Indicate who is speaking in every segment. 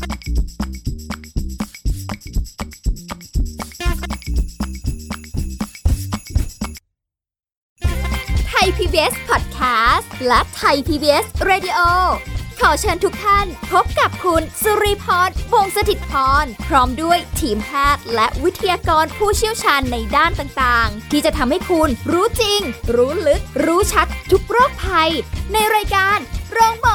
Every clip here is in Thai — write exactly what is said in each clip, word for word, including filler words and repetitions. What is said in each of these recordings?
Speaker 1: ไทย พี บี เอส Podcast และไทย พี บี เอส Radio ขอเชิญทุกท่านพบกับคุณสุริพร วงศ์สถิตพรพร้อมด้วยทีมแพทย์และวิทยากรผู้เชี่ยวชาญในด้านต่างๆที่จะทำให้คุณรู้จริงรู้ลึกรู้ชัดทุกโรคภัยในรายการโรงหมอ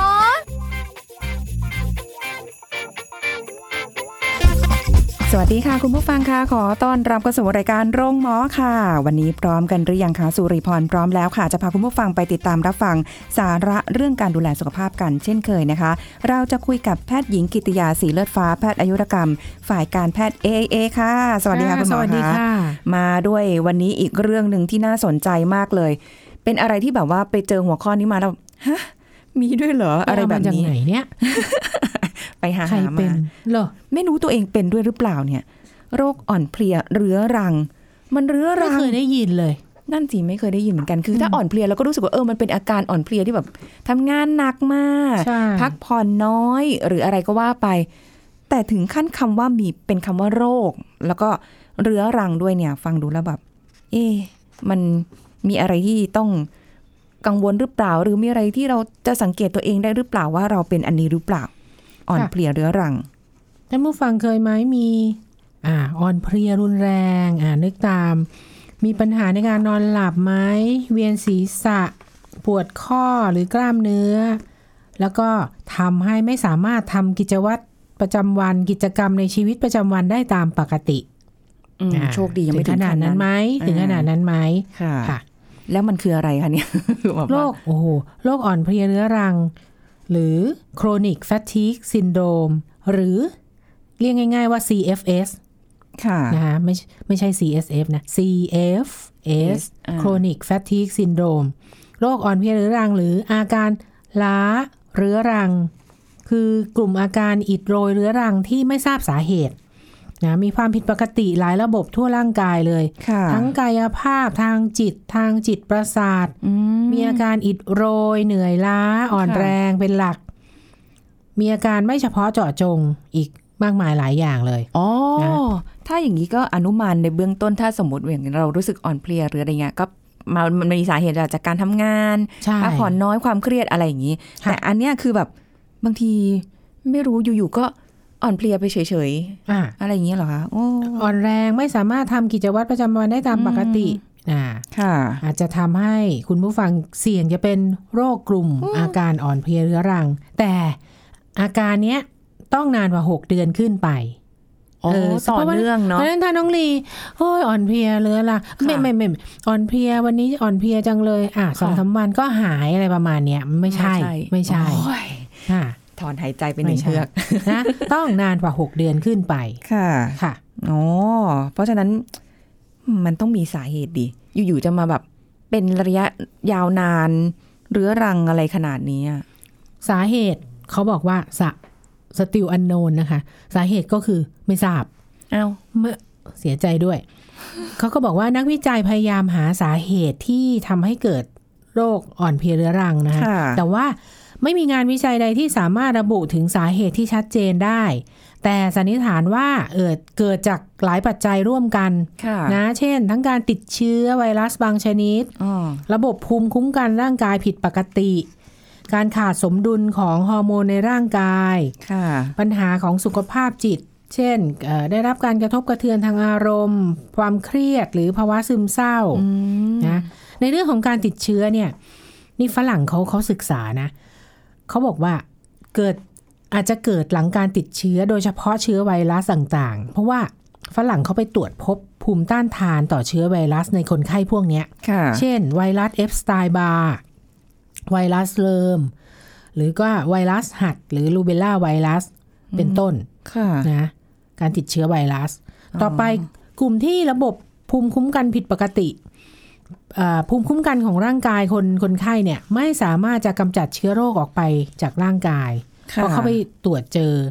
Speaker 2: สวัสดีค่ะคุณผู้ฟังค่ะขอต้อนรับเข้าสู่รายการโรงหมอค่ะวันนี้พร้อมกันหรือยังคะสุริพรพร้อมแล้วค่ะจะพาคุณผู้ฟังไปติดตามรับฟังสาระเรื่องการดูแลสุขภาพกันเช่นเคยนะคะเราจะคุยกับแพทย์หญิงกิตติยาสีเลือดฟ้าแพทย์อายุรกรรมฝ่ายการแพทย์ เอ เอ เอ ค่ะสวัสดีค่ะคุณหมอ
Speaker 3: สวัสดีค่ะ
Speaker 2: มาด้วยวันนี้อีกเรื่องนึงที่น่าสนใจมากเลยเป็นอะไรที่แบบว่าไปเจอหัวข้อนี้มาแล้วฮะมีด้วยเหรออะไรแบบนี้
Speaker 3: ไหนเนี่ย
Speaker 2: ไปหา
Speaker 3: ใครเป็นเหรอ
Speaker 2: ไม่รู้ตัวเองเป็นด้วยหรือเปล่าเนี่ยโรคอ่อนเพลียเรื้อรังมันเรื้อรัง
Speaker 3: ไม่เคยได้ยินเลย
Speaker 2: นั่นสิไม่เคยได้ยินเหมือนกันคือถ้าอ่อนเพลียเราก็รู้สึกว่าเออมันเป็นอาการอ่อนเพลียที่แบบทำงานหนักมากพักผ่อนน้อยหรืออะไรก็ว่าไปแต่ถึงขั้นคำว่ามีเป็นคำว่าโรคแล้วก็เรื้อรังด้วยเนี่ยฟังดูแล้วแบบเอ๊ะมันมีอะไรที่ต้องกังวลหรือเปล่าหรือมีอะไรที่เราจะสังเกตตัวเองได้หรือเปล่าว่าเราเป็นอันนี้หรือเปล่าอ่อนเพลียเรื้อรัง
Speaker 3: ท่านผู้ฟังเคยไหมมีอ่าอ่อนเพลียรุนแรงอ่านึกตามมีปัญหาในการนอนหลับไหมเวียนศีรษะปวดข้อหรือกล้ามเนื้อแล้วก็ทำให้ไม่สามารถทำกิจวัตรประจำวันกิจกรรมในชีวิตประจำวันได้ตามปกติ
Speaker 2: โชคดียังไม่ถึงขนาดนั้น
Speaker 3: ไหมถึงขนาดนั้นไหม
Speaker 2: ค่ะแล้วมันคืออะไรคะเนี่ย
Speaker 3: โรคโอ้โหโรคอ่อนเพลียเรื้อรังหรือ chronic fatigue syndrome หรือเรียกง่ายๆว่า ซี เอฟ เอส
Speaker 2: ค่ะ
Speaker 3: นะคะไม่ไม่ใช่ ซี เอส เอฟ นะ ซี เอฟ เอส chronic fatigue syndrome โรคอ่อนเพลียเรื้อรังหรืออาการล้าเรื้อรังคือกลุ่มอาการอิดโรยเรื้อรังที่ไม่ทราบสาเหตุนะมีความผิดปกติหลายระบบทั่วร่างกายเลยทั้งกายภาพทางจิตทางจิตประสาท ม, มีอาการอิดโรยเหนื่อยล้าอ่อนแรงเป็นหลักมีอาการไม่เฉพาะเจาะจงอีกมากมายหลายอย่างเลย
Speaker 2: อ๋อนะถ้าอย่างนี้ก็อนุมานในเบื้องต้นถ้าสมมติอย่างเรารู้สึกอ่อนเพลียหรืออะไรเงี้ยก็มันมีสาเหตุจากการทำงานพักผ่อนน้อยความเครียดอะไรอย่างนี้แต่อันเนี้ยคือแบบบางทีไม่รู้อยู่ๆก็อ่อนเพลียไปเฉยๆ อ, อะไรอย่างเงี้ยเหรอคะโอ้
Speaker 3: อ่อนแรงไม่สามารถทำกิจวัตรประจำวันได้ตามปกติอ่าค่ะอาจจะทำให้คุณผู้ฟังเสี่ยงจะเป็นโรคกลุ่มอาการอ่อนเพลียเรื้อรังแต่อาการเนี้ยต้องนานกว่าหกเดือนขึ้นไป
Speaker 2: เออต่อเนื่องเนาะ
Speaker 3: เพราะฉะนั้นถ้าน้องลีโอ้ยอ่อนเพลียเรื้อรังไม่ไม่ไม่อ่อนเพลียวันนี้อ่อนเพลียจังเลยอ่ะสองสามวันก็หายอะไรประมาณเนี้ยไม่ใช่ไม่ใช่
Speaker 2: ค่ะถอนหายใจเป็นหนึ่งเชือก
Speaker 3: นะต้องนานกว่าหกเดือนขึ้นไป
Speaker 2: ค่ะ
Speaker 3: ค่ะ
Speaker 2: อ๋อเพราะฉะนั้นมันต้องมีสาเหตุดิอยู่ๆจะมาแบบเป็นระยะยาวนานเรื้อรังอะไรขนาดนี้
Speaker 3: สาเหตุเขาบอกว่าสะสติลอันโนนนะคะสาเหตุก็คือไม่ทราบ
Speaker 2: อ้าว
Speaker 3: เมื่อเสียใจด้วย เขาก็บอกว่านักวิจัยพยายามหาสาเหตุที่ทำให้เกิดโรคอ่อนเพลียเรื้อรังนะคะแต่ว่าไม่มีงานวิจัยใดที่สามารถระบุถึงสาเหตุที่ชัดเจนได้แต่สันนิษฐานว่าเกิดเกิดจากหลายปัจจัยร่วมกันนะเช่นทั้งการติดเชื้อไวรัสบางชนิดระบบภูมิคุ้มกันร่างกายผิดปกติการขาดสมดุลของฮอร์โมนในร่างกายปัญหาของสุขภาพจิตเช่นได้รับการกระทบกระเทือนทางอารมณ์ความเครียดหรือภาวะซึมเศร้านะในเรื่องของการติดเชื้อเนี่ยนี่ฝรั่งเขาเขาศึกษานะเขาบอกว่าเกิดอาจจะเกิดหลังการติดเชื้อโดยเฉพาะเชื้อไวรัสต่างๆเพราะว่าฝรั่งเขาไปตรวจพบภูมิต้านทานต่อเชื้อไวรัสในคนไข้พวกนี้เช่นไวรัสเอฟสไตน์บาร์ไวรัสเริมหรือก็ไวรัสหัดหรือรูเบลล่าไวรัสเป็นต้นนะการติดเชื้อไวรัสต่อไปกลุ่มที่ระบบภูมิคุ้มกันผิดปกติภูมิคุ้มกันของร่างกายคนคนไข้เนี่ยไม่สามารถจะกำจัดเชื้อโรคออกไปจากร่างกายเพราะเขาไปตรวจเจอ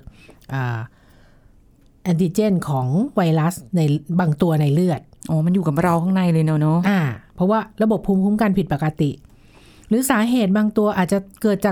Speaker 3: แอนติเจนของไวรัสในบางตัวในเลือด
Speaker 2: อ๋อมันอยู่กับเราข้างในเลยเนาะเนาะ
Speaker 3: อ่าเพราะว่าระบบภูมิคุ้มกันผิดปกติหรือสาเหตุบางตัวอาจจะเกิดจาก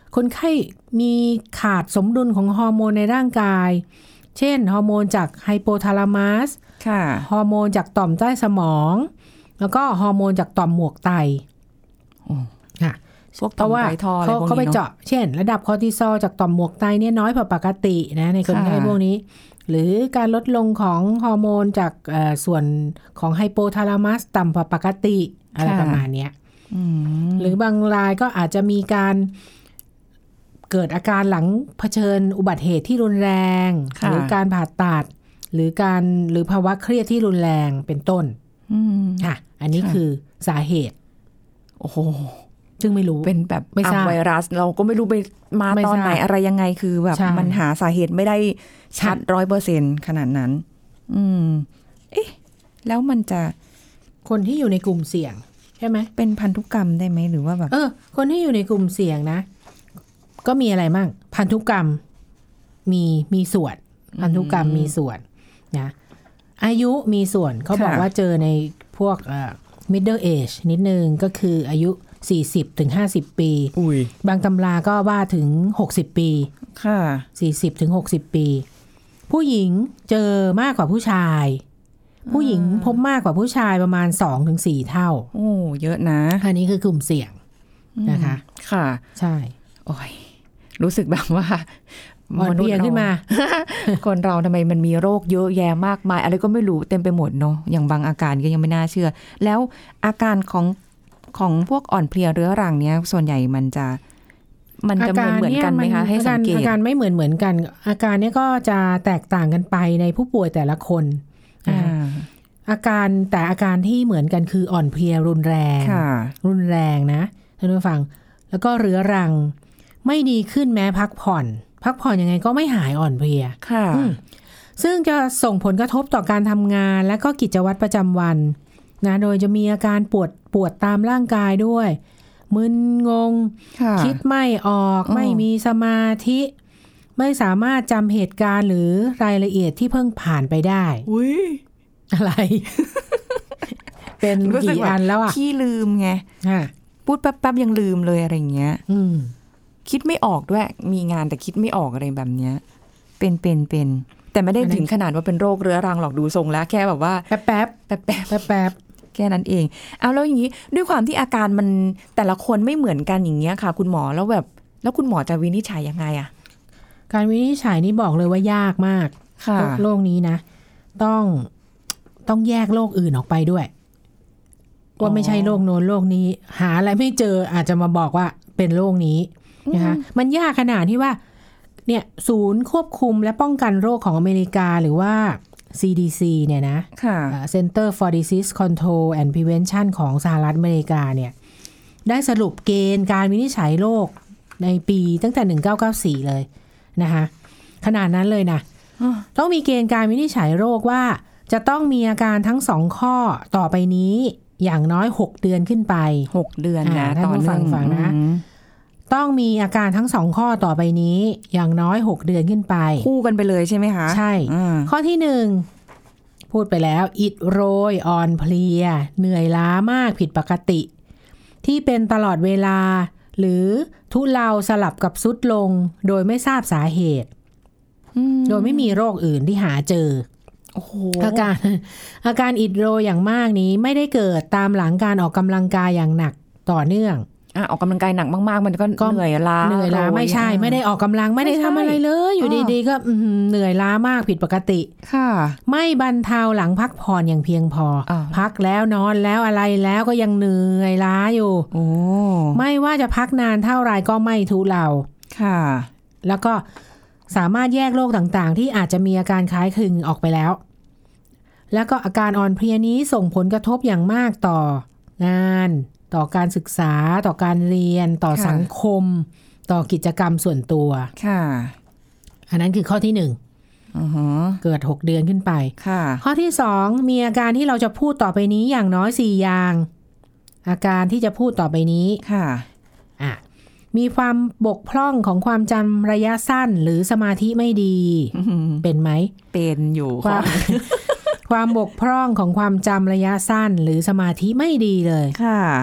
Speaker 3: คนไข้มีขาดสมดุลของฮอร์โมนในร่างกายเช่นฮอร์โมนจากไฮโปทาลามัสฮอร์โมนจากต่อมใต้สมองแล้วก็ฮอร์โมนจากต่อมหมวกไตค่ะเพราะว่าเขาเขาไปเจาะเช่นระดับคอร์ติซอลจากต่อมหมวกไตเนี่ยน้อยกว่าปกตินะในคนไข้พวกนี้หรือการลดลงของฮอร์โมนจากส่วนของไฮโปทาลามัสต่ำกว่าปกติอะไรประมาณนี้หรือบางรายก็อาจจะมีการเกิดอาการหลังเผชิญอุบัติเหตุที่รุนแรงหรือการผ่าตัดหรือการหรือภาวะเครียดที่รุนแรงเป็นต้นค่ะอันนี้คือสาเหตุ
Speaker 2: โอ้โห
Speaker 3: ซึ่งไม่รู้
Speaker 2: เป็นแบบไวรัสเราก็ไม่รู้ไปมาตอนไหนอะไรยังไงคือแบบมันหาสาเหตุไม่ได้ชัดร้อยเปอร์เซ็นต์ขนาดนั้นอืมเอ๊ะแล้วมันจะ
Speaker 3: คนที่อยู่ในกลุ่มเสี่ยงใช่ไหม
Speaker 2: เป็นพันธุกรรมได้ไหมหรือว่าแบบ
Speaker 3: เออคนที่อยู่ในกลุ่มเสี่ยงนะก็มีอะไรบ้างพันธุกรรมมีมีส่วนพันธุกรรมมีส่วนนะอายุมีส่วนเขาบอกว่าเจอในพวกเอ่อ middle age นิดนึงก็คืออายุสี่สิบถึงห้าสิบปีบางตำราก็ว่าถึงหกสิบปี
Speaker 2: ค่ะ
Speaker 3: สี่สิบถึงหกสิบปีผู้หญิงเจอมากกว่าผู้ชายผู้หญิงพบมากกว่าผู้ชายประมาณ สองถึงสี่ เท่า
Speaker 2: โอ้เยอะนะ
Speaker 3: อันนี้คือกลุ่มเสี่ยงนะคะ
Speaker 2: ค่ะ
Speaker 3: ใช่
Speaker 2: โอ้ยรู้สึกแบบว่า
Speaker 3: อ่อนเพลียขึ้นมา
Speaker 2: คนเราทำไมมันมีโรคเยอะแยะมากมายอะไรก็ไม่รู้เต็มไปหมดเนาะอย่างบางอาการก็ยังไม่น่าเชื่อแล้วอาการของของพวกอ่อนเพลียเรื้อรังเนี้ยส่วนใหญ่มันจะมันจะเหมือนเหมือนกันไหมคะให้สังเกต
Speaker 3: อาการไม่เหมือนเหมือนกันอาการนี้ก็จะแตกต่างกันไปในผู้ป่วยแต่ละคนอาการแต่อาการที่เหมือนกันคืออ่อนเพลียรุนแรงรุนแรงนะท่านผู้ฟังแล้วก็เรื้อรังไม่ดีขึ้นแม้พักผ่อนพักผ่อนยังไงก็ไม่หายอ่อนเพลีย
Speaker 2: ค่ะ
Speaker 3: ซึ่งจะส่งผลกระทบต่อการทำงานและก็กิจวัตรประจำวันนะโดยจะมีอาการปวดปวดตามร่างกายด้วยมึนงงคิดไม่ออกไม่มีสมาธิไม่สามารถจำเหตุการณ์หรือรายละเอียดที่เพิ่งผ่านไปได้
Speaker 2: อุ๊ย
Speaker 3: อะไร เป็นกี่อันแล้วอ่ะ
Speaker 2: ขี้ลืมไงพูดแป๊บๆยังลืมเลยอะไรอย่างเงี้ยคิดไม่ออกด้วยมีงานแต่คิดไม่ออกอะไรแบบเนี้ยเป็นเป็นเป็นแต่ไม่ได้ถึงขนาดว่าเป็นโรคเรื้อรังหรอกดูทรงแล้วแค่แบบว่า
Speaker 3: แป๊บแป๊บ
Speaker 2: แป๊บแป๊บ
Speaker 3: แป๊บแป๊บ
Speaker 2: แค่นั้นเองเอาแล้วอย่างนี้ด้วยความที่อาการมันแต่ละคนไม่เหมือนกันอย่างเงี้ยค่ะคุณหมอแล้วแบบแล้วคุณหมอจะวินิจฉัยยังไงอะ
Speaker 3: การวินิจฉัยนี่บอกเลยว่ายากมากโรคนี้นะต้องต้องแยกโรคอื่นออกไปด้วยว่าไม่ใช่โรคโน้นโรคนี้หาอะไรไม่เจออาจจะมาบอกว่าเป็นโรคนี้นะคะมันยากขนาดที่ว่าเนี่ยศูนย์ควบคุมและป้องกันโรคของอเมริกาหรือว่า ซี ดี ซี เนี่ยนะ Center for Disease Control and Prevention ของสหรัฐอเมริกาเนี่ยได้สรุปเกณฑ์การวินิจฉัยโรคในปีตั้งแต่หนึ่งพันเก้าร้อยเก้าสิบสี่เลยนะคะขนาดนั้นเลยนะต้องมีเกณฑ์การวินิจฉัยโรคว่าจะต้องมีอาการทั้งสองข้อต่อไปนี้อย่างน้อยหกเดือนขึ้นไป
Speaker 2: หกเดือนนะ
Speaker 3: ต่อเนื่องฟังนะต้องมีอาการทั้งสองข้อต่อไปนี้อย่างน้อยหกเดือนขึ้นไป
Speaker 2: คู่กันไปเลยใช่ไหมคะ
Speaker 3: ใช่ข้อที่หนึ่งพูดไปแล้วอิดโรยอ่อนเพลียเหนื่อยล้ามากผิดปกติที่เป็นตลอดเวลาหรือทุเลาสลับกับทรุดลงโดยไม่ทราบสาเหตุโดยไม่มีโรคอื่นที่หาเจออาการอาการอิดโรยอย่างมากนี้ไม่ได้เกิดตามหลังการออกกำลังกายอย่างหนักต่อเนื่อง
Speaker 2: อ่ะออกกำลังกายหนักมากๆมันก็เหนื่อยล้า
Speaker 3: เหนื่อยล้าไม่ใช่ไม่ได้ออกกำลังไม่ได้ทำอะไรเลยอยู่ดีๆก็เหนื่อยล้ามากผิดปกติ
Speaker 2: ค่ะ
Speaker 3: ไม่บรรเทาหลังพักผ่อนอย่างเพียงพอพักแล้วนอนแล้วอะไรแล้วก็ยังเหนื่อยล้าอยู่
Speaker 2: โอ้
Speaker 3: ไม่ว่าจะพักนานเท่าไรก็ไม่ทุเลา
Speaker 2: ค่ะ
Speaker 3: แล้วก็สามารถแยกโรคต่างๆที่อาจจะมีอาการคล้ายคลึงออกไปแล้วแล้วก็อาการอ่อนเพลียนี้ส่งผลกระทบอย่างมากต่องานต่อการศึกษาต่อการเรียนต่อสังคมต่อกิจกรรมส่วนตัว
Speaker 2: ค่ะ
Speaker 3: อันนั้นคือข้อที่หนึ่ง
Speaker 2: uh-huh.
Speaker 3: เกิดหกเดือนขึ้นไป
Speaker 2: ค่ะ
Speaker 3: ข้อที่สองมีอาการที่เราจะพูดต่อไปนี้อย่างน้อยสี่อย่างอาการที่จะพูดต่อไปนี้
Speaker 2: ค่ะ
Speaker 3: อ่ะมีความบกพร่องของความจำระยะสั้นหรือสมาธิไม่ดี
Speaker 2: uh-huh.
Speaker 3: เป็นไหม
Speaker 2: เป็นอยู่
Speaker 3: ความความบกพร่องของความจำระยะสั้นหรือสมาธิไม่ดีเลย
Speaker 2: ค่ะ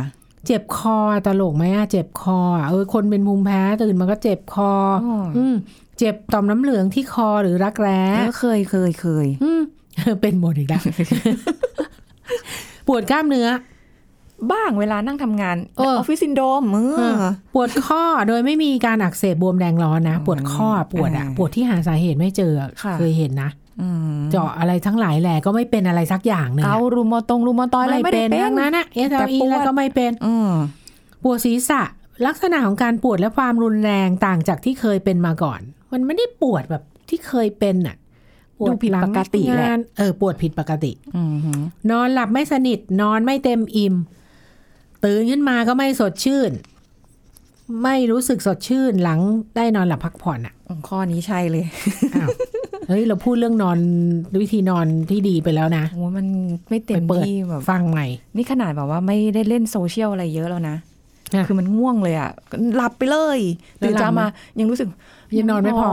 Speaker 3: เจ็บคอตลกไหมอะเจ็บคอเออคนเป็นภูมิแพ้ตื่นมาก็เจ็บคออืมเจ็บต่อมน้ำเหลืองที่คอหรือรักแร้
Speaker 2: เคยเคยเคย
Speaker 3: อืมเป็นหมดอีกแล้ว ปวดกล้ามเนื้อ
Speaker 2: บ้างเวลานั่งทำงานออฟฟิศซินโดรม
Speaker 3: ปวดข้อโดยไม่มีการอักเสบบวมแดงร้อนนะปวดข้อปวดอ่ะปวดที่หาสาเหตุไม่เจอเคยเห็นนะเจาะอะไรทั้งหลายแหละก็ไม่เป็นอะไรสักอย่างนึง
Speaker 2: เการูมาตรงรูมาตอยอะไรไม่ได้เป็น
Speaker 3: นะนะเอสเอลีแล้วก็ไม่เป็นปวดศีรษะลักษณะของการปวดและความรุนแรงต่างจากที่เคยเป็นมาก่อนมันไม่ได้ปวดแบบที่เคยเป็นอ่ะ
Speaker 2: ปวดผิดปกติแหละ
Speaker 3: เออปวดผิดปกตินอนหลับไม่สนิทนอนไม่เต็มอิ่มตื่นขึ้นมาก็ไม่สดชื่นไม่รู้สึกสดชื่นหลังได้นอนหลับพักผ่อนอ่ะ
Speaker 2: ข้อนี้ใช่เลย
Speaker 3: อ้าวเฮ้ยเราพูดเรื่องนอนวิธีนอนที่ดีไปแล้วนะ
Speaker 2: โอ้มันไม่เต็มที่แบบ
Speaker 3: ฟังใหม่
Speaker 2: นี่ขนาดแบบว่าไม่ได้เล่นโซเชียลอะไรเยอะแล้วนะคือมันง่วงเลยอ่ะหลับไปเลยตื่นเช้ามายังรู้สึก
Speaker 3: ยังนอนไม่พอ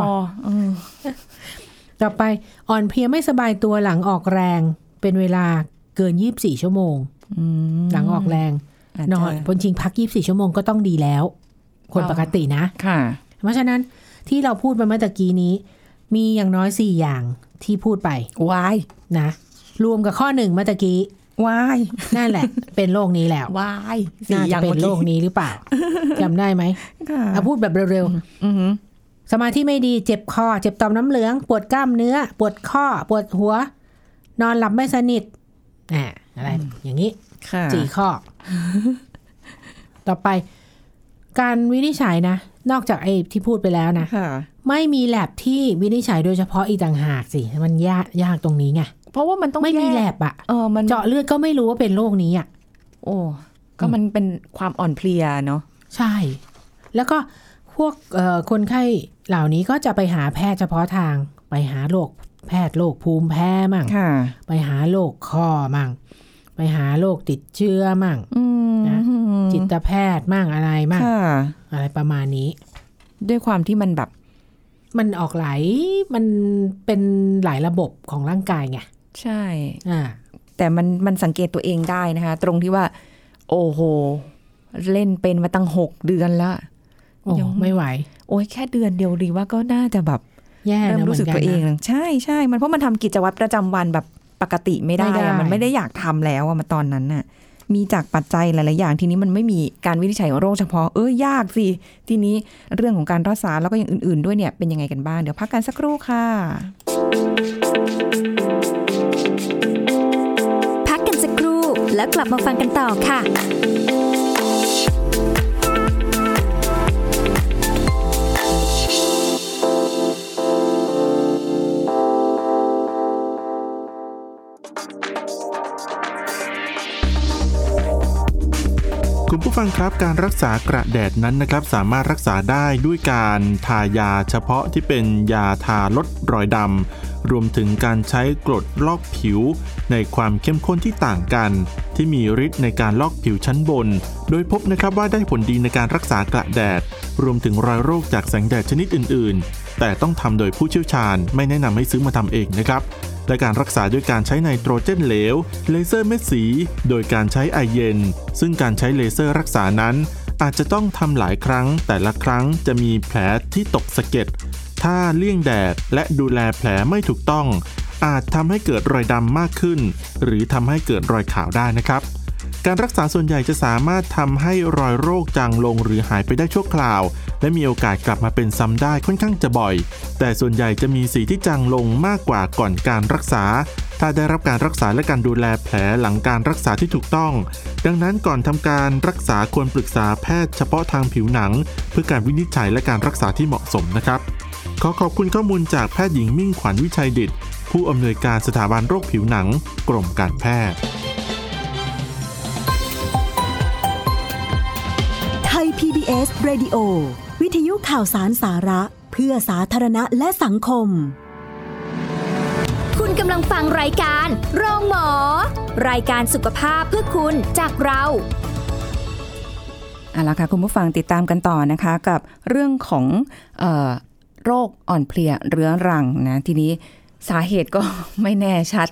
Speaker 3: ต่อไปอ่อนเพลียไม่สบายตัวหลังออกแรงเป็นเวลาเกินยี่สิบสี่ชั่วโมงหลังออกแรงนอนจริงพักยี่สิบสี่ชั่วโมงก็ต้องดีแล้วคนปกตินะ
Speaker 2: ค่ะ
Speaker 3: เพราะฉะนั้นที่เราพูดไปเมื่อตะกี้นี้มีอย่างน้อยสี่อย่างที่พูดไป
Speaker 2: วาย
Speaker 3: นะรวมกับข้อหนึ่งเมื่อตะกี้
Speaker 2: วาย
Speaker 3: นั่นแหละเป็นโรคนี้แล้ว
Speaker 2: วาย
Speaker 3: สี่อย่างเป็นโรคนี้หรือเปล่าจำได้ไหมเอาพูดแบบเร็วๆสมาธิไม่ดีเจ็บคอเจ็บต่อมน้ำเหลืองปวดกล้ามเนื้อปวดข้อปวดหัวนอนหลับไม่สนิทอ่าอะไรอย่างนี้สี่ข้อต่อไปการวินิจฉัยนะนอกจากไอ้ที่พูดไปแล้วนะไม่มีแลบที่วินิจฉัยโดยเฉพาะอีกต่างหากสิมันยากยากตรงนี้ไง
Speaker 2: เพราะว่ามันต้อง
Speaker 3: ไม่มีแลบอ่ะ
Speaker 2: เออมัน
Speaker 3: เจาะเลือดก็ไม่รู้ว่าเป็นโรคนี้อ่ะ
Speaker 2: โอ้ก็มันเป็นความอ่อนเพลียเนาะ
Speaker 3: ใช่แล้วก็พวกเอ่อคนไข้เหล่านี้ก็จะไปหาแพทย์เฉพาะทางไปหาโรคแพทย์โรคภูมิแพ้มั่งไปหาโรคข้อมั่งไปหาโรคติดเชื้อมั่งนะจิตแพทย์มั่งอะไรมั่งอะไรประมาณนี้
Speaker 2: ด้วยความที่มันแบบ
Speaker 3: มันออกหลายมันเป็นหลายระบบของร่างกายไง
Speaker 2: ใช่อ่าแต่มันมันสังเกตตัวเองได้นะคะตรงที่ว่าโอ้โหเล่นเป็นมาตั้งหกเดือนแล้ว
Speaker 3: ยังไม่ไหว
Speaker 2: โอ้ยแค่เดือนเดียวดีว่าก็น่าจะแบบ
Speaker 3: แย่นะ
Speaker 2: รู้สึกตัวเองใช่ใช่มันเพราะมันทำกิจวัตรประจำวันแบบปกติไม่ได้อะมันไม่ได้อยากทำแล้วอะมาตอนนั้นน่ะมีจากปัจจัยหลายๆอย่างทีนี้มันไม่มีการวินิจฉัยโรคเฉพาะเอ้ยยากสิทีนี้เรื่องของการรักษาแล้วก็อย่างอื่นๆด้วยเนี่ยเป็นยังไงกันบ้างเดี๋ยวพักกันสักครู่ค่ะ
Speaker 1: พักกันสักครู่แล้วกลับมาฟังกันต่อค่ะ
Speaker 4: คุณผู้ฟังครับการรักษากระแดดนั้นนะครับสามารถรักษาได้ด้วยการทายาเฉพาะที่เป็นยาทาลดรอยดำรวมถึงการใช้กรดลอกผิวในความเข้มข้นที่ต่างกันที่มีฤทธิ์ในการลอกผิวชั้นบนโดยพบนะครับว่าได้ผลดีในการรักษากระแดดรวมถึงรอยโรคจากแสงแดดชนิดอื่นๆแต่ต้องทำโดยผู้เชี่ยวชาญไม่แนะนำให้ซื้อมาทำเองนะครับและการรักษาด้วยการใช้ไนโตรเจนเหลวเลเซอร์เม็ดสีโดยการใช้ไอเย็นซึ่งการใช้เลเซอร์รักษานั้นอาจจะต้องทำหลายครั้งแต่ละครั้งจะมีแผลที่ตกสะเก็ดถ้าเลี่ยงแดดและดูแลแผลไม่ถูกต้องอาจทำให้เกิดรอยดำมากขึ้นหรือทำให้เกิดรอยขาวได้นะครับการรักษาส่วนใหญ่จะสามารถทำให้รอยโรคจางลงหรือหายไปได้ชั่วคราวและมีโอกาสกลับมาเป็นซ้ำได้ค่อนข้างจะบ่อยแต่ส่วนใหญ่จะมีสีที่จางลงมากกว่าก่อนการรักษาถ้าได้รับการรักษาและการดูแลแผลหลังการรักษาที่ถูกต้องดังนั้นก่อนทำการรักษาควรปรึกษาแพทย์เฉพาะทางผิวหนังเพื่อการวินิจฉัยและการรักษาที่เหมาะสมนะครับขอขอบคุณข้อมูลจากแพทย์หญิงมิ่งขวัญวิชัยดิษฐ์ผู้อำนวยการสถาบันโรคผิวหนังกรมการแพทย์
Speaker 5: ไทย พี บี เอส Radio วิทยุข่าวสารสาระเพื่อสาธารณะและสังคม
Speaker 1: คุณกำลังฟังรายการโรงหมอรายการสุขภาพเพื่อคุณจากเรา
Speaker 2: เอาล่ะค่ะคุณผู้ฟังติดตามกันต่อนะคะกับเรื่องของเอ่อโรคอ่อนเพลียเรื้อรังนะทีนี้สาเหตุก็ไม่แน่ชัด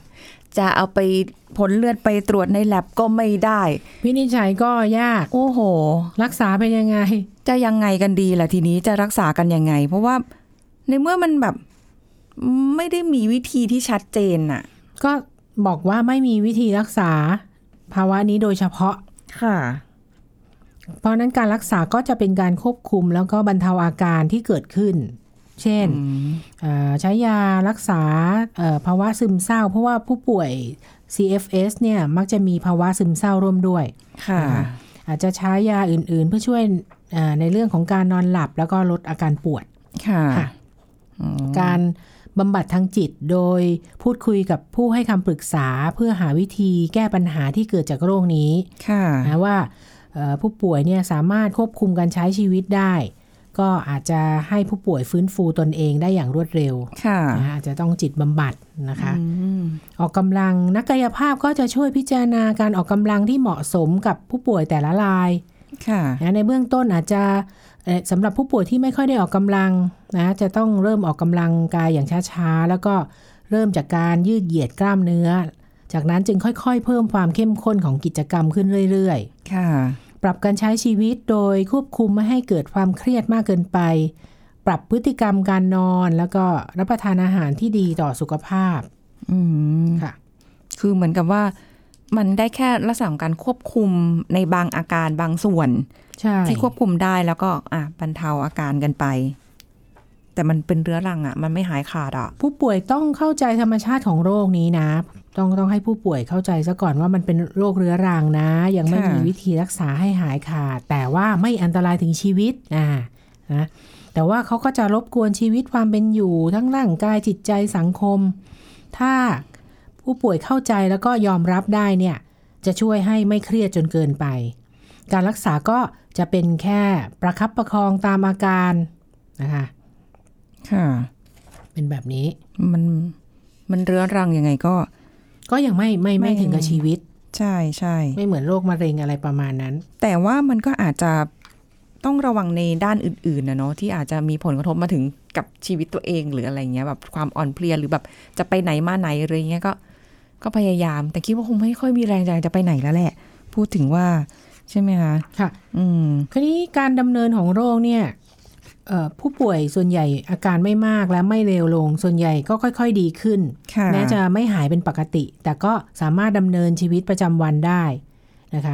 Speaker 2: จะเอาไปผลเลือดไปตรวจในแลบก็ไม่ได้
Speaker 3: วินิจฉัยก็ยาก
Speaker 2: โอ้โห
Speaker 3: รักษาเป็นยังไง
Speaker 2: จะยังไงกันดีล่ะทีนี้จะรักษากันยังไงเพราะว่าในเมื่อมันแบบไม่ได้มีวิธีที่ชัดเจนน่ะ
Speaker 3: ก็บอกว่าไม่มีวิธีรักษาภาวะนี้โดยเฉพาะ
Speaker 2: ค่ะ
Speaker 3: เพราะนั้นการรักษาก็จะเป็นการควบคุมแล้วก็บรรเทาอาการที่เกิดขึ้นเช่นใช้ยารักษาภาวะซึมเศร้าเพราะว่าผู้ป่วย ซี เอฟ เอส เนี่ยมักจะมีภาวะซึมเศร้าร่วมด้วย
Speaker 2: ค่ะ
Speaker 3: อาจจะใช้ยาอื่นๆเพื่อช่วยในเรื่องของการนอนหลับแล้วก็ลดอาการปวด
Speaker 2: ค่ะ
Speaker 3: การบำบัดทางจิตโดยพูดคุยกับผู้ให้คำปรึกษาเพื่อหาวิธีแก้ปัญหาที่เกิดจากโรคนี้นะว่าผู้ป่วยเนี่ยสามารถควบคุมการใช้ชีวิตได้ก็อาจจะให้ผู้ป่วยฟื้นฟูตนเองได้อย่างรวดเร็วนะอาจจะต้องจิตบำบัดนะคะออกกำลังนักกายภาพก็จะช่วยพิจารณาการออกกำลังที่เหมาะสมกับผู้ป่วยแต่ละรายนะในเบื้องต้นอาจจะสำหรับผู้ป่วยที่ไม่ค่อยได้ออกกำลังนะจะต้องเริ่มออกกำลังกายอย่างช้าๆแล้วก็เริ่มจากการยืดเหยียดกล้ามเนื้อจากนั้นจึงค่อยๆเพิ่มความเข้มข้นของกิจกรรมขึ้นเรื่อย
Speaker 2: ๆค่ะ
Speaker 3: ปรับการใช้ชีวิตโดยควบคุมไม่ให้เกิดความเครียดมากเกินไปปรับพฤติกรรมการนอนแล้วก็รับประทานอาหารที่ดีต่อสุขภาพ
Speaker 2: อืม
Speaker 3: ค่ะ
Speaker 2: คือเหมือนกับว่ามันได้แค่ลักษณะของการควบคุมในบางอาการบางส่วนที่ควบคุมได้แล้วก็อ่ะบรรเทาอาการกันไปแต่มันเป็นเรื้อรังอ่ะมันไม่หายขาดอ่ะ
Speaker 3: ผู้ป่วยต้องเข้าใจธรรมชาติของโรคนี้นะต้องต้องให้ผู้ป่วยเข้าใจซะก่อนว่ามันเป็นโรคเรื้อรังนะยังไม่มีวิธีรักษาให้หายขาดแต่ว่าไม่อันตรายถึงชีวิตอ่านะแต่ว่าเขาก็จะรบกวนชีวิตความเป็นอยู่ทั้งร่างกายจิตใจสังคมถ้าผู้ป่วยเข้าใจแล้วก็ยอมรับได้เนี่ยจะช่วยให้ไม่เครียดจนเกินไปการรักษาก็จะเป็นแค่ประคับประคองตามอาการนะคะ
Speaker 2: ค่ะ
Speaker 3: เป็นแบบนี้
Speaker 2: มันมันเรื้อรังยังไงก็
Speaker 3: ก็ยังไม่ไม่ไม่ถึงกับชีวิต
Speaker 2: ใช่ใช่
Speaker 3: ไม่เหมือนโรคมะเร็งอะไรประมาณนั้น
Speaker 2: แต่ว่ามันก็อาจจะต้องระวังในด้านอื่นๆนะเนาะที่อาจจะมีผลกระทบมาถึงกับชีวิตตัวเองหรืออะไรเงี้ยแบบความอ่อนเพลียหรือแบบจะไปไหนมาไหนอะไรเงี้ยก็ก็พยายามแต่คิดว่าคงไม่ค่อยมีแรงใจจะไปไหนแล้วแหละพูดถึงว่าใช่ไหมคะ
Speaker 3: ค่ะ
Speaker 2: อืม
Speaker 3: คราวนี้การดำเนินของโรคเนี่ยผู้ป่วยส่วนใหญ่อาการไม่มากและไม่เลวลงส่วนใหญ่ก็ค่อยๆดีขึ้นแม้จะไม่หายเป็นปกติแต่ก็สามารถดำเนินชีวิตประจำวันได้นะคะ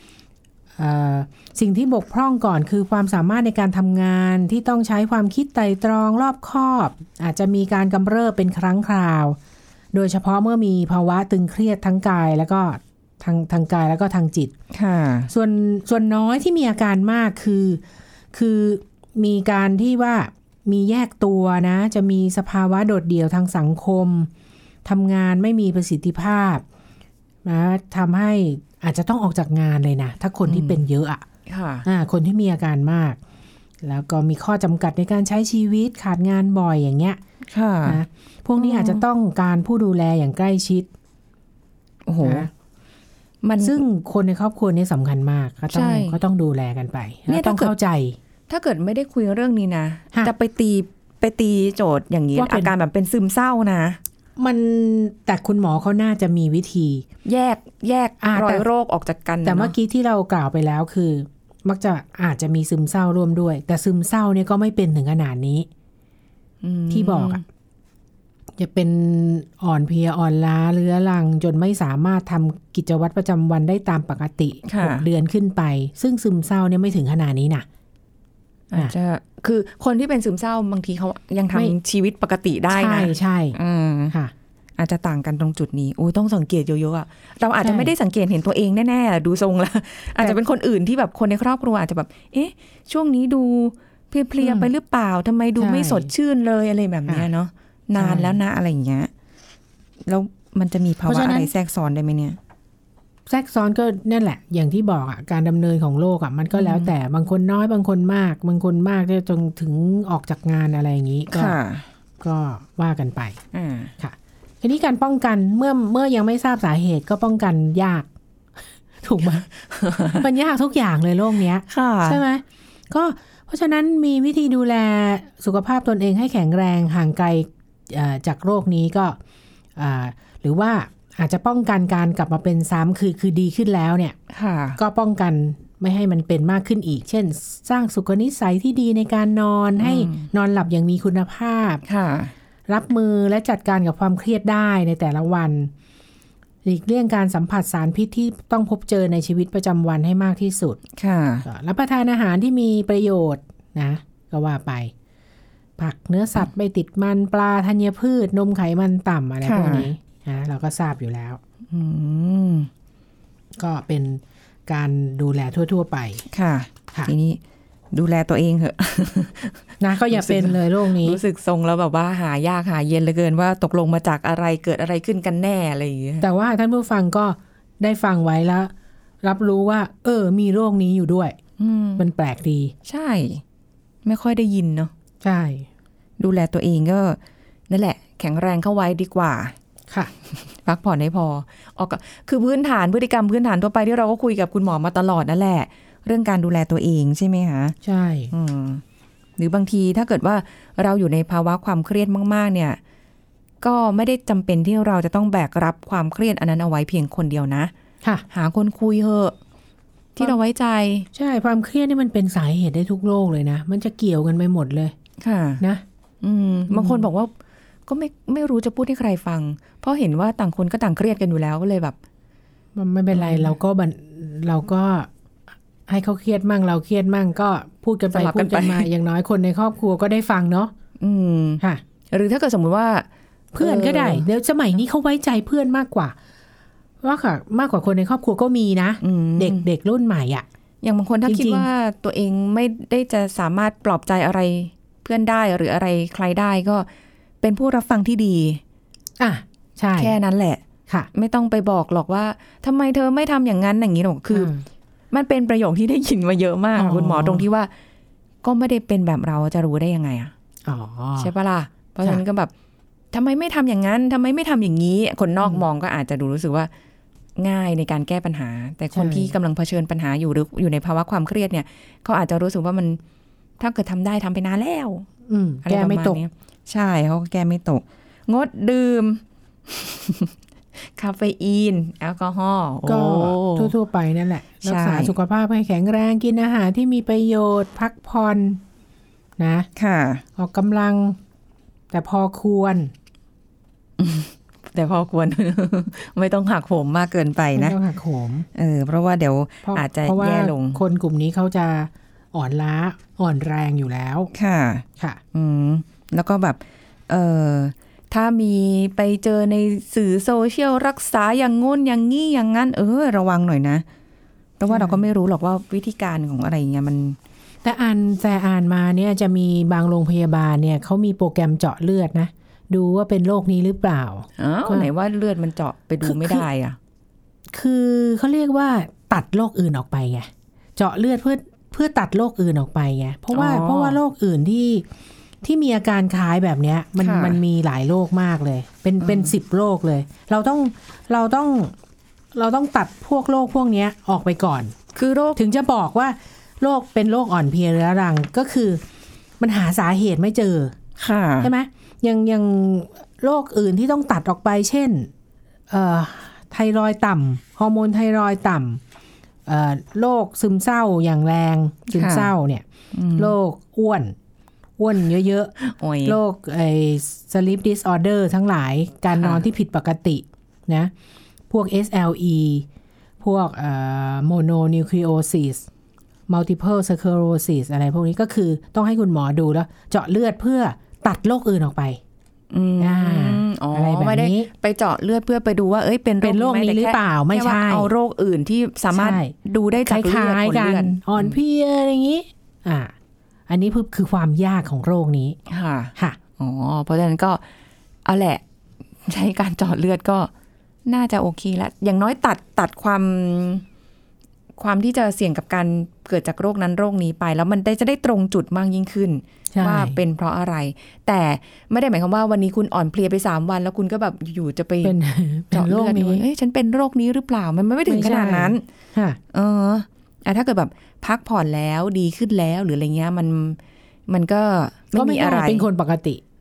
Speaker 3: สิ่งที่บกพร่องก่อนคือความสามารถในการทำงานที่ต้องใช้ความคิดไตร่ตรองรอบคอบอาจจะมีการกำเริบเป็นครั้งคราวโดยเฉพาะเมื่อมีภาวะตึงเครียดทั้งกายแล้วก็ทางทางกายแล้วก็ทางจิต
Speaker 2: ค่ะ
Speaker 3: ส่วนส่วนน้อยที่มีอาการมากคือคือมีการที่ว่ามีแยกตัวนะจะมีสภาวะโดดเดี่ยวทางสังคมทำงานไม่มีประสิทธิภาพนะทำให้อาจจะต้องออกจากงานเลยนะถ้าคนที่เป็นเยอะอ่ะคนที่มีอาการมากแล้วก็มีข้อจำกัดในการใช้ชีวิตขาดงานบ่อยอย่างเงี้ยนะพวกนี้อาจจะต้องการผู้ดูแลอย่างใกล้ชิด
Speaker 2: โอ้โห
Speaker 3: มันซึ่งคนในครอบครัวนี้สำคัญมากก็ต้องก็ต้องดูแลกันไปแล้วต้องเข้าใจ
Speaker 2: ถ้าเกิดไม่ได้คุยเรื่องนี้นะจะไปตีไปตีโจทย์อย่างนี้อาการแบบเป็นซึมเศร้านะ
Speaker 3: มันแต่คุณหมอเขาน่าจะมีวิธี
Speaker 2: แยกแยกรอยโรคออกจากกัน
Speaker 3: แต่เมื่อกี้ที่เรากล่าวไปแล้วคือมักจะอาจจะมีซึมเศร้าร่วมด้วยแต่ซึมเศร้าเนี่ยก็ไม่เป็นถึงขนาดนี้ที่บอกอ่ะจะเป็นอ่อนเพลียอ่อนล้าเรื้อรังจนไม่สามารถทำกิจวัตรประจำวันได้ตามปกติหกเดือนขึ้นไปซึ่งซึมเศร้าเนี่ยไม่ถึงขนาดนี้นะ
Speaker 2: อาจจะคือคนที่เป็นซึมเศร้าบางทีเขายังทำชีวิตปกติได้นะ
Speaker 3: ใช่ใช่
Speaker 2: ค่ะอาจจะต่างกันตรงจุดนี้โอ้ยต้องสังเกตเยอะๆอ่ะเราอาจจะไม่ได้สังเกตเห็นตัวเองแน่ๆดูทรงแล้วอาจจะเป็นคนอื่นที่แบบคนในครอบครัวอาจจะแบบเอ๊ะช่วงนี้ดูเพลียๆไปหรือเปล่าทำไมดูไม่สดชื่นเลยอะไรแบบนี้เนาะนานแล้วนะอะไรอย่างเงี้ยแล้วมันจะมีภาวะอะไรแทรกซ้อนได้ไหมเนี่ย
Speaker 3: แทรกซ้อนก็นั่นแหละอย่างที่บอกอ่ะการดำเนินของโลกอ่ะมันก็แล้วแต่บางคนน้อยบางคนมากบางคนมากจนถึงออกจากงานอะไรอย่างนี้ก็ก็ว่ากันไปค่ะทีนี้การป้องกันเมื่อเมื่อยังไม่ทราบสาเหตุก็ป้องกันยากถูกไหม มันยากทุกอย่างเลยโรคเนี้ยใช่ไหมก็เพราะฉะนั้นมีวิธีดูแลสุขภาพตนเองให้แข็งแรงห่างไกลจากโรคนี้ก็หรือว่าอาจจะป้องกันการกลับมาเป็นซ้ำคือคือดีขึ้นแล้วเนี่ยก็ป้องกันไม่ให้มันเป็นมากขึ้นอีกเช่นสร้างสุขนิสัยที่ดีในการนอนให้นอนหลับอย่างมีคุณภาพรับมือและจัดการกับความเครียดได้ในแต่ละวันหลีกเลี่ยงการสัมผัสสารพิษที่ต้องพบเจอในชีวิตประจำวันให้มากที่สุดรับประทานอาหารที่มีประโยชน์นะก็ว่าไปผักเนื้อสัตว์ไม่ติดมันปลาธัญพืชนมไขมันต่ำอะไรพวกนี้นะเราก็ทราบอยู่แล้วก็เป็นการดูแลทั่วๆไป
Speaker 2: ค่ะทีนี้ดูแลตัวเองเหอะ
Speaker 3: นะก็อย่าเป็นเลยโรคนี้
Speaker 2: รู้สึกทรงแล้วแบบว่าหายากหาเย็นเหลือเกินว่าตกลงมาจากอะไรเกิดอะไรขึ้นกันแน่อะไรอย่างเงี้ย
Speaker 3: แต่ว่าท่านผู้ฟังก็ได้ฟังไว้แล้วรับรู้ว่าเออมีโรคนี้อยู่ด้วยมันแปลกดี
Speaker 2: ใช่ไม่ค่อยได้ยินเนาะ
Speaker 3: ใช่
Speaker 2: ดูแลตัวเองก็นั่นแหละแข็งแรงเข้าไว้ดีกว่า
Speaker 3: ค่ะ
Speaker 2: พักผ่อนให้พอออกคือพื้นฐานพฤติกรรมพื้นฐานทั่วไปที่เราก็คุยกับคุณหมอมาตลอดนั่นแหละเรื่องการดูแลตัวเองใช่ไหมคะ
Speaker 3: ใช่
Speaker 2: หรือบางทีถ้าเกิดว่าเราอยู่ในภาวะความเครียดมากๆเนี่ยก็ไม่ได้จำเป็นที่เราจะต้องแบกรับความเครียดอันนั้นเอาไว้เพียงคนเดียวนะ
Speaker 3: ค่ะ
Speaker 2: หาคนคุยเถอะที่เราไว้ใจ
Speaker 3: ใช่ความเครียดนี่มันเป็นสาเหตุได้ทุกโรคเลยนะมันจะเกี่ยวกันไปหมดเลย
Speaker 2: ค่ะ
Speaker 3: นะ
Speaker 2: อืมบางคนบอกว่าก็ไม่ไม่รู้จะพูดให้ใครฟังเพราะเห็นว่าต่างคนก็ต่างเครียดกันอยู่แล้วก็เลยแบบ
Speaker 3: มันไม่เป็นไรเราก็บันเราก็ให้เขาเครียดมั่งเราเครียดมั่งก็พูดกันไปพูดกันมาอย่างน้อยคนในครอบครัวก็ได้ฟังเนาะ
Speaker 2: อืม
Speaker 3: ค่ะ
Speaker 2: หรือถ้าเกิดสมมุติว่า
Speaker 3: เพื่อนก็ได้เดี๋ยวสมัยนี้เขาไว้ใจเพื่อนมากกว่าว่าค่ะมากกว่าคนในครอบครัวก็มีนะเด็กเด็กรุ่นใหม่อ่ะ
Speaker 2: อย่างบางคนถ้าคิดว่าตัวเองไม่ได้จะสามารถปลอบใจอะไรเพื่อนได้หรืออะไรใครได้ก็เป็นผู้รับฟังที่ดี
Speaker 3: อ่ะใช่
Speaker 2: แค่นั้นแหละ
Speaker 3: ค่ะ
Speaker 2: ไม่ต้องไปบอกหรอกว่าทำไมเธอไม่ทำอย่างนั้นอย่างนี้หรอกคือมันเป็นประโยคที่ได้ยินมาเยอะมากคุณหมอตรงที่ว่าก็ไม่ได้เป็นแบบเราจะรู้ได้ยังไงอ่ะใช่ปะล่ะเพราะฉะนั้นก็แบบทำไมไม่ทำอย่างนั้นทำไมไม่ทำอย่างนี้คนนอกมองก็อาจจะดูรู้สึกว่าง่ายในการแก้ปัญหาแต่คนที่กำลังเผชิญปัญหาอยู่หรืออยู่ในภาวะความเครียดเนี่ยเขาอาจจะรู้สึกว่ามันถ้าเกิดทำได้ทำไปนานแล้ว
Speaker 3: แก้ไม่ตก
Speaker 2: ใช่เขาก็แก้ไม่ตกงดดื่มคาเฟอีนแอลกอฮอล์
Speaker 3: ก็ทั่วๆไปนั่นแหละรักษาสุขภาพให้แข็งแรงกินอาหารที่มีประโยชน์พักผ่อนนะ
Speaker 2: ค่ะ
Speaker 3: ออกกำลังแต่พอควร
Speaker 2: แต่พอควร ไม่ต้องหักโหมมากเกินไปนะ
Speaker 3: ไม่ต้องหักโหม
Speaker 2: เออเพราะว่าเดี๋ยวอาจจะแย่ลง
Speaker 3: คนกลุ่มนี้เขาจะอ่อนล้าอ่อนแรงอยู่แล้ว
Speaker 2: ค่ะ
Speaker 3: ค่ะ
Speaker 2: อืมแล้วก็แบบเออถ้ามีไปเจอในสื่อโซเชียลรักษาอย่างงุ่นอย่างงี้อย่างงั้นเออระวังหน่อยนะเพราะว่าเราก็ไม่รู้หรอกว่าวิธีการของอะไรเงี้ยมัน
Speaker 3: แต่อ่านแต่อ่านมาเนี่ยจะมีบางโรงพยาบาลเนี่ยเขามีโปรแกรมเจาะเลือดนะดูว่าเป็นโรคนี้หรือเปล่า
Speaker 2: อ๋อไหนว่าเลือดมันเจาะไปดูไม่ได้อ่ะ
Speaker 3: คือเขาเรียกว่าตัดโรคอื่นออกไปไงเจาะเลือดเพื่อเพื่อตัดโรคอื่นออกไปไงเพราะว่าเพราะว่าโรคอื่นที่ที่มีอาการคล้ายแบบเนี้ยมันมันมีหลายโรคมากเลยเป็นเป็นสิบโรคเลยเราต้องเราต้องเราต้องตัดพวกโรคพวกนี้ออกไปก่อน
Speaker 2: คือโรค
Speaker 3: ถึงจะบอกว่าโรคเป็นโรคอ่อนเพลียเรื้อรังก็คือมันหาสาเหตุไม่เจอใช่ไหมยังยังโรคอื่นที่ต้องตัดออกไปเช่นเอ่อไทรอยด์ต่ำฮอร์โมนไทรอยด์ต่ำเอ่อโรคซึมเศร้าอย่างแรงซึมเศร้าเนี่ยโรคอ้วนอ้วนเยอะๆโรคไอ้ sleep disorder ทั้งหลายการนอนที่ผิดปกตินะพวก เอส แอล อี พวกเอ่อ mononucleosis multiple sclerosis อะไรพวกนี้ก็คือต้องให้คุณหมอดูแล้วเจาะเลือดเพื่อตัดโรคอื่นออกไป
Speaker 2: อะไรแบบนี้ไปเจาะเลือดเพื่อไปดูว่าเอ้ยเป็น
Speaker 3: โรคนี้หรือเปล่าไม่ใช่
Speaker 2: เอาโรคอื่นที่สามารถดูได้จากเลือดผลเลือด
Speaker 3: อ่อนเพลียอะไรอย่างนี้อ่าอันนี้คือความยากของโรคนี้
Speaker 2: ค่ะ
Speaker 3: ค่ะ
Speaker 2: อ๋อเพราะฉะนั้นก็เอาแหละใช้การเจาะเลือดก็น่าจะโอเคแล้วอย่างน้อยตัดตัดความความที่จะเสี่ยงกับการเกิดจากโรคนั้นโรคนี้ไปแล้วมันได้จะได้ตรงจุดมากยิ่งขึ้นว่าเป็นเพราะอะไรแต่ไม่ได้หมายความว่าวันนี้คุณอ่อนเพลียไปสามวันแล้วคุณก็แบบอยู่จะไปเจาะเลือดนี้เอ้ยฉันเป็นโรคนี้หรือเปล่ามันไม่ถึงขนาดนั้นเออถ้าเกิดแบบพักผ่อนแล้วดีขึ้นแล้วหรืออะไรเงี้ยมันมันก็
Speaker 3: ไม่มีอะไรเป็นคนปกติ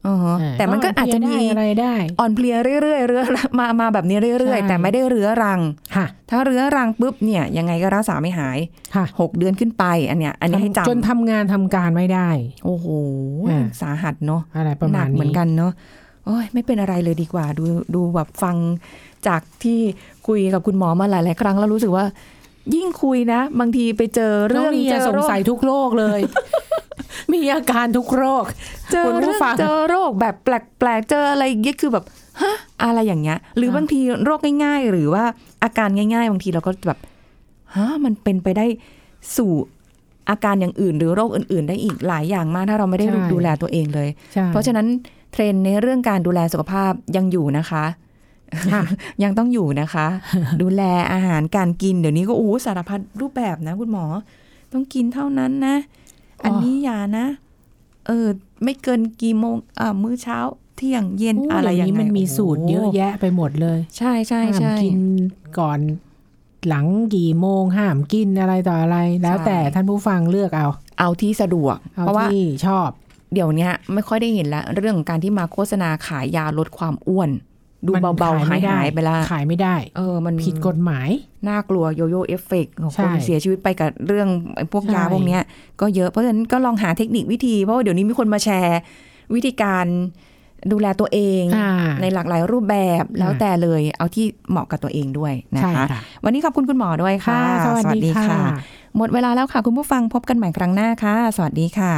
Speaker 2: อ๋อแต่มันก็อาจจะมี
Speaker 3: อะไรได้
Speaker 2: อ่อนเพลียเรื่อยๆเรื้อมามาแบบนี้เรื่อยๆแต่ไม่ได้เรื้อรังถ้าเรื้อรังปุ๊บเนี่ยยังไงก็รักษาไม่หายหกเดือนขึ้นไปอันเนี้ยอันนี้ให้จำ
Speaker 3: จนทำงานทำการไม่ได้
Speaker 2: โอ้โหสาหัสเนาะ
Speaker 3: อะไรประมาณนี้
Speaker 2: เหมือนกันเนาะโอ้ยไม่เป็นอะไรเลยดีกว่าดูดูแบบฟังจากที่คุยกับคุณหมอมาหลายๆครั้งแล้วรู้สึกว่ายิ่งคุยนะบางทีไปเจอเรื่อง
Speaker 3: เจอสงสัยทุกโรคเลยมีอาการทุกโรค
Speaker 2: เจอเรื่องเจอโรคแบบแปลกๆเจออะไรเงี้ยคือแบบฮะอะไรอย่างเงี้ยหรือบางทีโรคง่ายๆหรือว่าอาการง่ายๆบางทีเราก็แบบฮะมันเป็นไปได้สู่อาการอย่างอื่นหรือโรคอื่นๆได้อีกหลายอย่างมากถ้าเราไม่ได้ดูแลตัวเองเลยเพราะฉะนั้นเทรนด์ในเรื่องการดูแลสุขภาพยังอยู่นะคะยังต้องอยู่นะคะ ดูแลอาหารการกินเดี๋ยวนี้ก็อู้สารพัดรูปแบบนะคุณหมอต้องกินเท่านั้นนะอันนี้อย่านะเออไม่เกินกี่โมงอ่ามื้อเช้าเที่ยงเย็นอะไรอย่างนี้
Speaker 3: มันมีสูตรเยอะแยะไปหมดเลย
Speaker 2: ใช่ใช่ใช่
Speaker 3: ห้ามกินก่อนหลังกี่โมงห้ามกินอะไรต่ออะไรแล้วแต่ท่านผู้ฟังเลือกเอา
Speaker 2: เอาที่สะดวก
Speaker 3: เพราะว่าชอบ
Speaker 2: เดี๋ยวนี้ไม่ค่อยได้เห็นละเรื่องของการที่มาโฆษณาขายยาลดความอ้วนดูเบาๆหายหายไปละ
Speaker 3: ขายไม่ได้
Speaker 2: เออมัน
Speaker 3: ผิดกฎหมาย
Speaker 2: น่ากลัวโยโย่เอฟเฟกต์ของคนเสียชีวิตไปกับเรื่องพวกยาพวกนี้ก็เยอะเพราะฉะนั้นก็ลองหาเทคนิควิธีเพราะว่าเดี๋ยวนี้มีคนมาแชร์วิธีการดูแลตัวเองในหลากหลายรูปแบบแล้วแต่เลยเอาที่เหมาะกับตัวเองด้วยนะคะวันนี้ขอบคุณคุณหมอด้วยค่ะ
Speaker 3: สวัสดีค่ะ
Speaker 2: หมดเวลาแล้วค่ะคุณผู้ฟังพบกันใหม่ครั้งหน้าค่ะสวัสดีค่ะ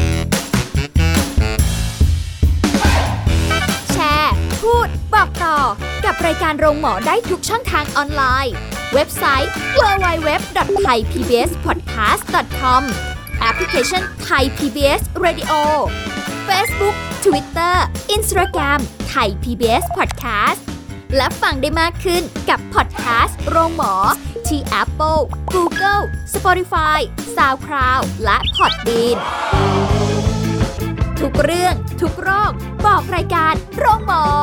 Speaker 1: แชร์พูดบอกต่อกับรายการโรงหมอได้ทุกช่องทางออนไลน์เว็บไซต์ ดับเบิลยู ดับเบิลยู ดับเบิลยู ดอท ไทย พี บี เอส พอดแคสต์ ดอท คอม แอปพลิเคชัน Thai พี บี เอส Radio Facebook Twitter Instagram Thai พี บี เอส Podcast และฟังได้มากขึ้นกับพอดแคสต์โรงหมอที่ Apple, Google, Spotify, SoundCloud และ Podbean ทุกเรื่องทุกโรคบอกรายการโรงหมอ